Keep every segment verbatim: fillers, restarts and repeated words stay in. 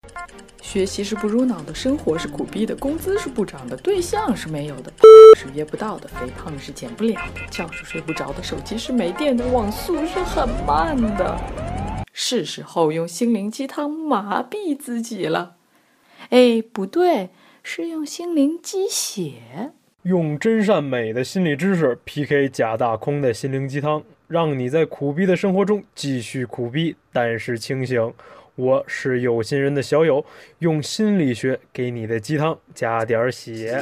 学习是不入脑的，生活是苦逼的，工资是不涨的，对象是没有的，是约不到的，肥胖是减不了的，觉是睡不着的，手机是没电的，网速是很慢的。是时候用心灵鸡汤麻痹自己了。哎，不对，是用心灵鸡血。 用真善美的心理知识 P K 假大空的心灵鸡汤，让你在苦逼的生活中继续苦逼，但是清醒。我是有心人的小友，用心理学给你的鸡汤加点血。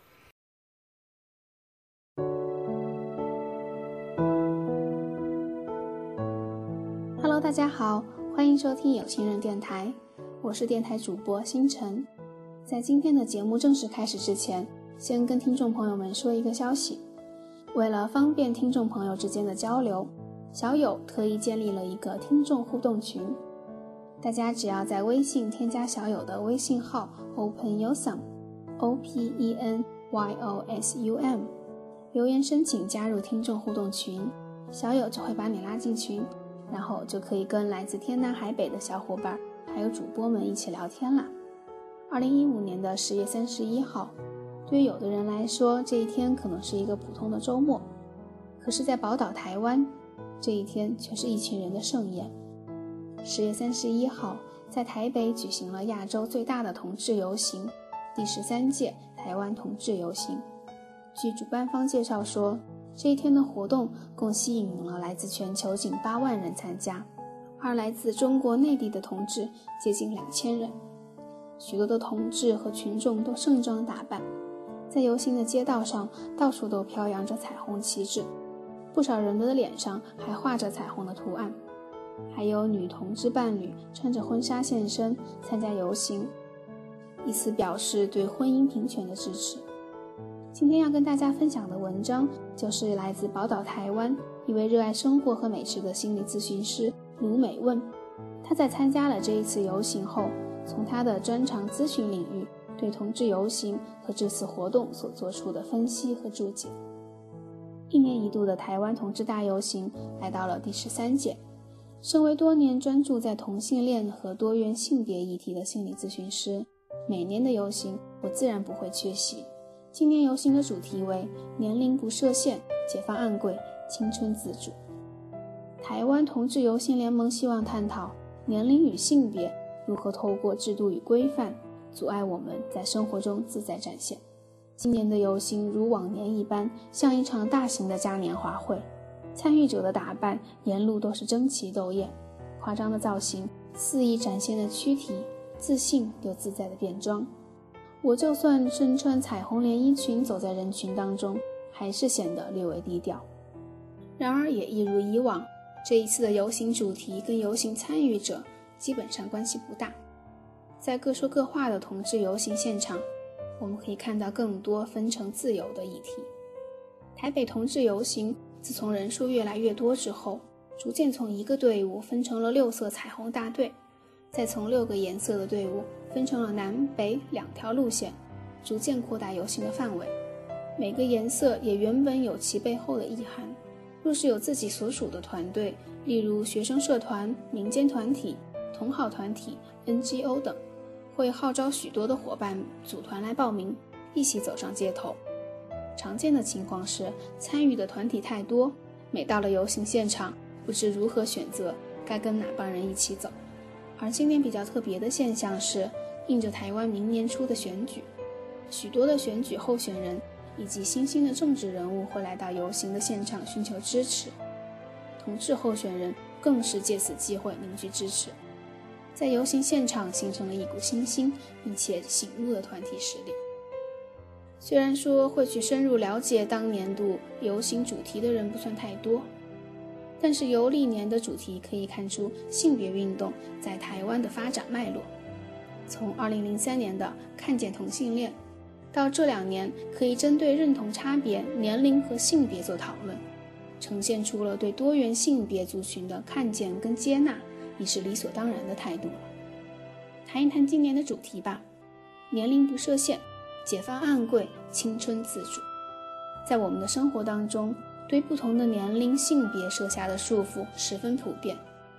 Hello， 大家好，欢迎收听有心人电台，我是电台主播星辰。在今天的节目正式开始之前，先跟听众朋友们说一个消息。为了方便听众朋友之间的交流，小友特意建立了一个听众互动群。大家只要在微信添加小友的微信号 OpenYosum O P E N Y O S U M， 留言申请加入听众互动群，小友就会把你拉进群，然后就可以跟来自天南海北的小伙伴还有主播们一起聊天啦。二零一五年的十月三十一号，对于有的人来说，这一天可能是一个普通的周末，可是在宝岛台湾，这一天却是一群人的盛宴。十月三十一号，在台北举行了亚洲最大的同志游行，第十三届台湾同志游行。据主办方介绍说，这一天的活动共吸引了来自全球近八万人参加，而来自中国内地的同志接近两千人。许多的同志和群众都盛装打扮，在游行的街道上，到处都飘扬着彩虹旗帜，不少人的脸上还画着彩虹的图案。还有女同志伴侣穿着婚纱现身参加游行，以此表示对婚姻平权的支持。今天要跟大家分享的文章就是来自宝岛台湾一位热爱生活和美食的心理咨询师卢美问。她在参加了这一次游行后，从她的专长咨询领域对同志游行和这次活动所做出的分析和注解。一年一度的台湾同志大游行来到了第十三届。身为多年专注在同性恋和多元性别议题的心理咨询师，每年的游行我自然不会缺席。今年游行的主题为年龄不设限，解放暗柜，青春自主。台湾同志游行联盟希望探讨年龄与性别如何透过制度与规范阻碍我们在生活中自在展现。今年的游行如往年一般，像一场大型的嘉年华会，参与者的打扮沿路都是争奇斗艳，夸张的造型，肆意展现的躯体，自信又自在的变装。我就算身穿彩虹连衣裙走在人群当中，还是显得略微低调。然而也一如以往，这一次的游行主题跟游行参与者基本上关系不大。在各说各话的同志游行现场，我们可以看到更多分成自由的议题。台北同志游行自从人数越来越多之后，逐渐从一个队伍分成了六色彩虹大队，再从六个颜色的队伍分成了南北两条路线，逐渐扩大游行的范围。每个颜色也原本有其背后的意涵，若是有自己所属的团队，例如学生社团、民间团体、同好团体、N G O 等，会号召许多的伙伴组团来报名，一起走上街头。常见的情况是参与的团体太多，每到了游行现场，不知如何选择该跟哪帮人一起走。而今年比较特别的现象是，应着台湾明年初的选举，许多的选举候选人以及新兴的政治人物会来到游行的现场寻求支持，同志候选人更是借此机会凝聚支持，在游行现场形成了一股新兴并且醒目的团体实力。虽然说会去深入了解当年度游行主题的人不算太多，但是由历年的主题可以看出性别运动在台湾的发展脉络。从二零零三年的看见同性恋，到这两年可以针对认同差别、年龄和性别做讨论，呈现出了对多元性别族群的看见跟接纳已是理所当然的态度了。谈一谈今年的主题吧，年龄不设限，解放暗柜，青春自主。在我们的生活当中，对不同的年龄性别设下的束缚十分普遍。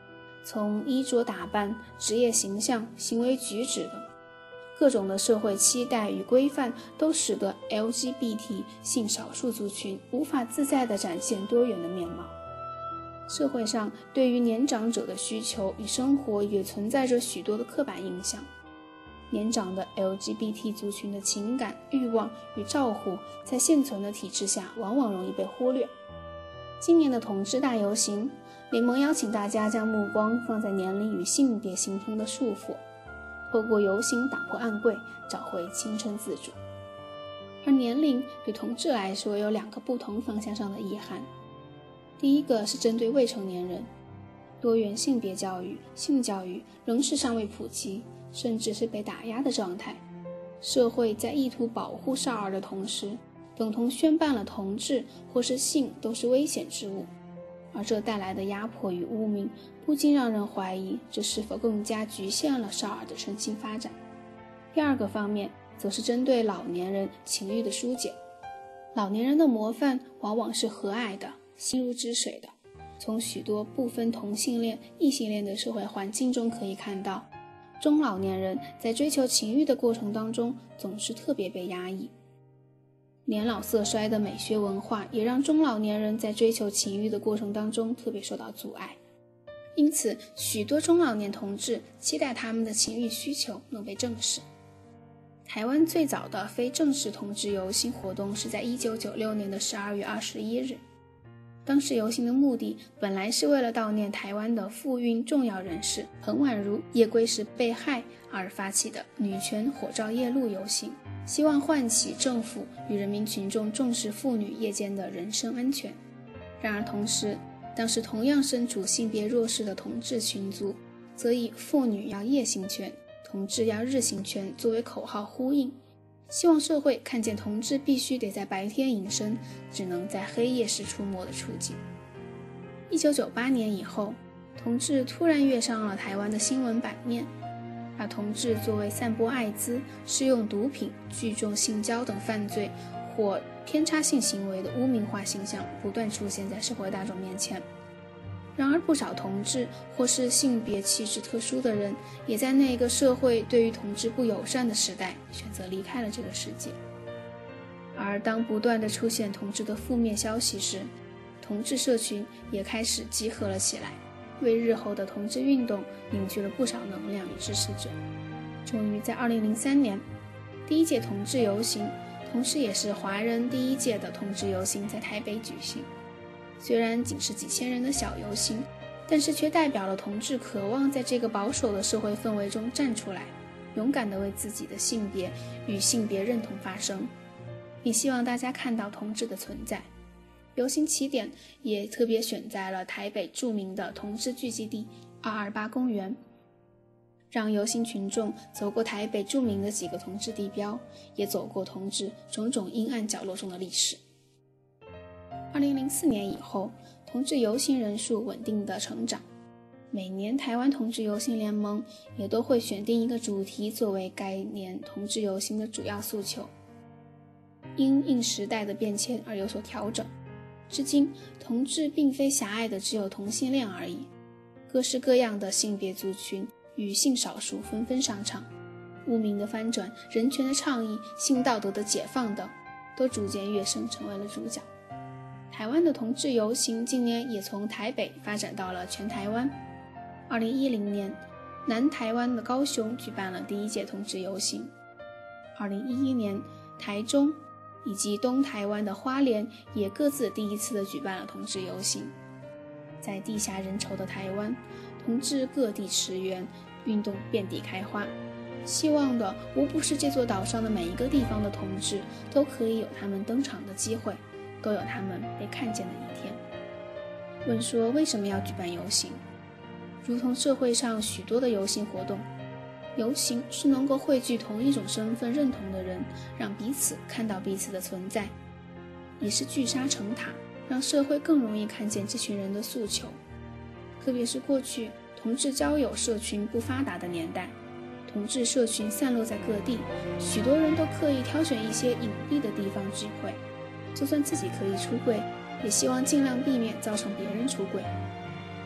从衣着打扮、职业形象、行为举止等各种的社会期待与规范，都使得 L G B T 性少数族群无法自在地展现多元的面貌。社会上对于年长者的需求与生活也存在着许多的刻板印象。年长的 L G B T 族群的情感、欲望与照护，在现存的体制下往往容易被忽略。今年的同志大游行，联盟邀请大家将目光放在年龄与性别形成的束缚，透过游行打破暗柜，找回青春自主。而年龄对同志来说有两个不同方向上的意涵。第一个是针对未成年人，多元性别教育、性教育仍是尚未普及，甚至是被打压的状态。社会在意图保护少儿的同时，等同宣判了同志或是性都是危险之物，而这带来的压迫与污名，不禁让人怀疑这是否更加局限了少儿的身心发展。第二个方面则是针对老年人情欲的疏解。老年人的模范往往是和蔼的、心如止水的。从许多不分同性恋、异性恋的社会环境中可以看到，中老年人在追求情欲的过程当中总是特别被压抑。年老色衰的美学文化也让中老年人在追求情欲的过程当中特别受到阻碍，因此许多中老年同志期待他们的情欲需求能被正视。台湾最早的非正式同志游行活动是在一九九六年的十二月二十一日，当时游行的目的本来是为了悼念台湾的妇运重要人士彭婉如夜归时被害而发起的女权火照夜路游行，希望唤起政府与人民群众重视妇女夜间的人身安全。然而同时，当时同样身处性别弱势的同志群组则以妇女要夜行权，同志要日行权作为口号呼应，希望社会看见同志必须得在白天隐身，只能在黑夜时出没的处境。一九九八年以后，同志突然跃上了台湾的新闻版面，把同志作为散播艾滋、使用毒品、聚众性交等犯罪或偏差性行为的污名化形象不断出现在社会大众面前。然而不少同志或是性别气质特殊的人，也在那个社会对于同志不友善的时代选择离开了这个世界。而当不断的出现同志的负面消息时，同志社群也开始集合了起来，为日后的同志运动凝聚了不少能量与支持者。终于在二零零三年，第一届同志游行，同时也是华人第一届的同志游行在台北举行。虽然仅是几千人的小游行，但是却代表了同志渴望在这个保守的社会氛围中站出来，勇敢地为自己的性别与性别认同发声，并希望大家看到同志的存在。游行起点也特别选在了台北著名的同志聚集地二二八公园，让游行群众走过台北著名的几个同志地标，也走过同志种种阴暗角落中的历史。二零零四年以后，同志游行人数稳定的成长，每年台湾同志游行联盟也都会选定一个主题作为该年同志游行的主要诉求，因应时代的变迁而有所调整。至今，同志并非狭隘的只有同性恋而已，各式各样的性别族群与性少数纷纷上场，污名的翻转、人权的倡议、性道德的解放等，都逐渐跃升成为了主角。台湾的同志游行近年也从台北发展到了全台湾。二零一零年，南台湾的高雄举办了第一届同志游行。二零一一年，台中以及东台湾的花莲也各自第一次的举办了同志游行。在地下人稠的台湾，同志各地驰援，运动遍地开花，希望的无不是这座岛上的每一个地方的同志都可以有他们登场的机会，都有他们被看见的一天。问说为什么要举办游行？如同社会上许多的游行活动，游行是能够汇聚同一种身份认同的人，让彼此看到彼此的存在，也是聚沙成塔，让社会更容易看见这群人的诉求。特别是过去同志交友社群不发达的年代，同志社群散落在各地，许多人都刻意挑选一些隐蔽的地方聚会，就算自己可以出柜，也希望尽量避免造成别人出柜。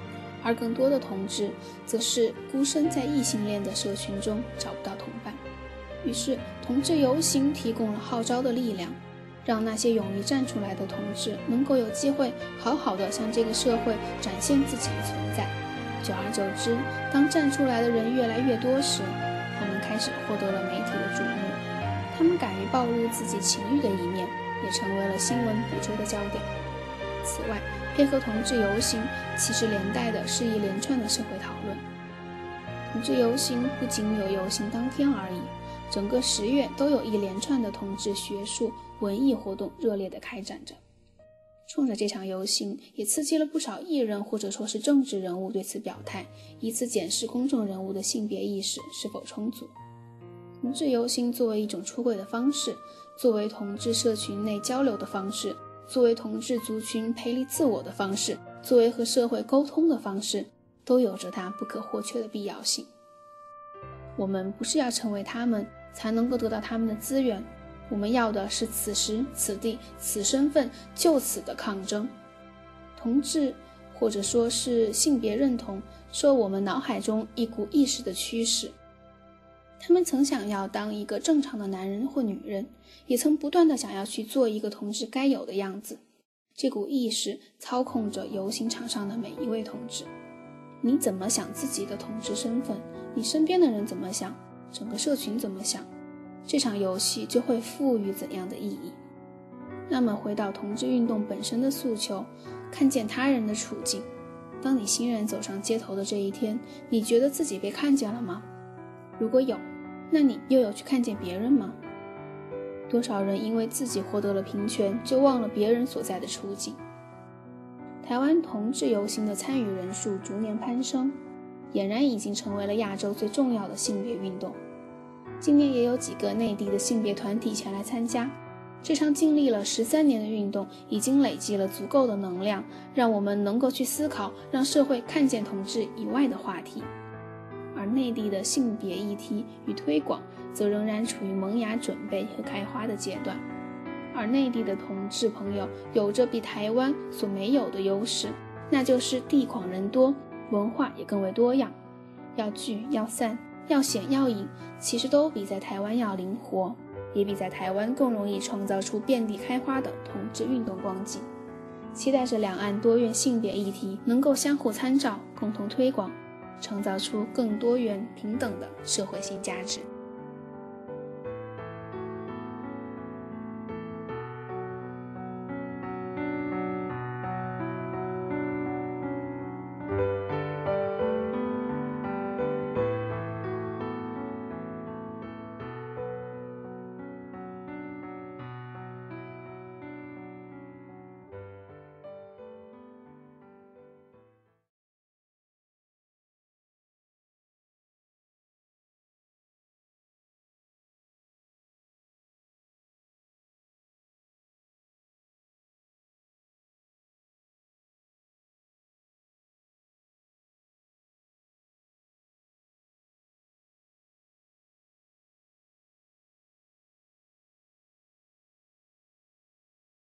而更多的同志则是孤身在异性恋的社群中找不到同伴。于是同志游行提供了号召的力量，让那些勇于站出来的同志能够有机会好好的向这个社会展现自己的存在。久而久之，当站出来的人越来越多时，他们开始获得了媒体的瞩目，他们敢于暴露自己情欲的一面，也成为了新闻捕捉的焦点。此外，配合同志游行其实连带的是一连串的社会讨论。同志游行不仅有游行当天而已，整个十月都有一连串的同志学术文艺活动热烈地开展着。冲着这场游行，也刺激了不少艺人或者说是政治人物对此表态，以此检视公众人物的性别意识是否充足。同志游行作为一种出柜的方式，作为同志社群内交流的方式，作为同志族群培力自我的方式，作为和社会沟通的方式，都有着它不可或缺的必要性。我们不是要成为他们才能够得到他们的资源，我们要的是此时此地此身份就此的抗争。同志或者说是性别认同，是我们脑海中一股意识的驱使。他们曾想要当一个正常的男人或女人，也曾不断地想要去做一个同志该有的样子。这股意识操控着游行场上的每一位同志。你怎么想自己的同志身份，你身边的人怎么想，整个社群怎么想，这场游戏就会赋予怎样的意义。那么回到同志运动本身的诉求，看见他人的处境。当你欣然走上街头的这一天，你觉得自己被看见了吗？如果有，那你又有去看见别人吗？多少人因为自己获得了平权，就忘了别人所在的处境。台湾同志游行的参与人数逐年攀升，俨然已经成为了亚洲最重要的性别运动。今年也有几个内地的性别团体前来参加。这场经历了十三年的运动，已经累积了足够的能量，让我们能够去思考让社会看见同志以外的话题。而内地的性别议题与推广则仍然处于萌芽准备和开花的阶段。而内地的同志朋友有着比台湾所没有的优势，那就是地广人多，文化也更为多样，要聚要散要显要隐，其实都比在台湾要灵活，也比在台湾更容易创造出遍地开花的同志运动光景。期待着两岸多元性别议题能够相互参照，共同推广，创造出更多元平等的社会性价值。